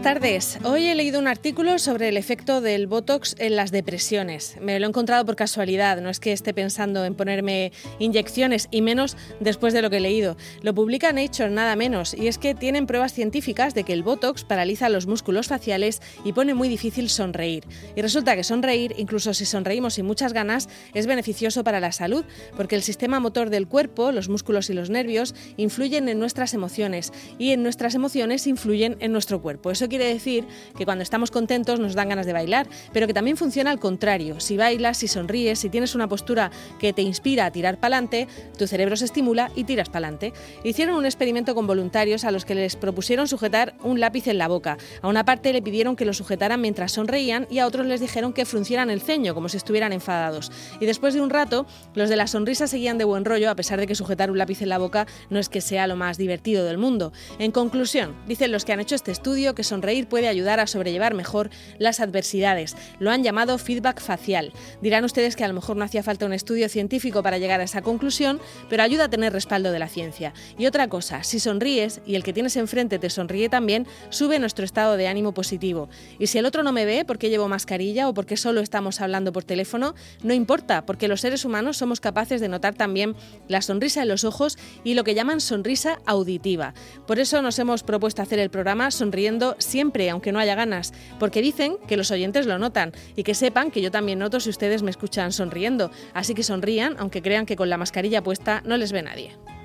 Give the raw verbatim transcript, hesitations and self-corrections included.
tardes. Hoy he leído un artículo sobre el efecto del Botox en las depresiones. Me lo he encontrado por casualidad, no es que esté pensando en ponerme inyecciones, y menos después de lo que he leído. Lo publica Nature, nada menos, y es que tienen pruebas científicas de que el Botox paraliza los músculos faciales y pone muy difícil sonreír. Y resulta que sonreír, incluso si sonreímos sin muchas ganas, es beneficioso para la salud, porque el sistema motor del cuerpo, los músculos y los nervios, influyen en nuestras emociones, y en nuestras emociones influyen en nuestro cuerpo. Eso quiere decir que cuando estamos contentos nos dan ganas de bailar, pero que también funciona al contrario. Si bailas, si sonríes, si tienes una postura que te inspira a tirar pa'lante, tu cerebro se estimula y tiras pa'lante. Hicieron un experimento con voluntarios a los que les propusieron sujetar un lápiz en la boca. A una parte le pidieron que lo sujetaran mientras sonreían y a otros les dijeron que fruncieran el ceño, como si estuvieran enfadados. Y después de un rato, los de la sonrisa seguían de buen rollo, a pesar de que sujetar un lápiz en la boca no es que sea lo más divertido del mundo. En conclusión, dicen los que han hecho este estudio que sonreír puede ayudar a sobrellevar mejor las adversidades. Lo han llamado feedback facial. Dirán ustedes que a lo mejor no hacía falta un estudio científico para llegar a esa conclusión, pero ayuda a tener respaldo de la ciencia. Y otra cosa, si sonríes y el que tienes enfrente te sonríe también, sube nuestro estado de ánimo positivo. Y si el otro no me ve porque llevo mascarilla o porque solo estamos hablando por teléfono, no importa, porque los seres humanos somos capaces de notar también la sonrisa en los ojos y lo que llaman sonrisa auditiva. Por eso nos hemos propuesto hacer el programa sonriendo siempre, aunque no haya ganas, porque dicen que los oyentes lo notan y que sepan que yo también noto si ustedes me escuchan sonriendo. Así que sonrían, aunque crean que con la mascarilla puesta no les ve nadie.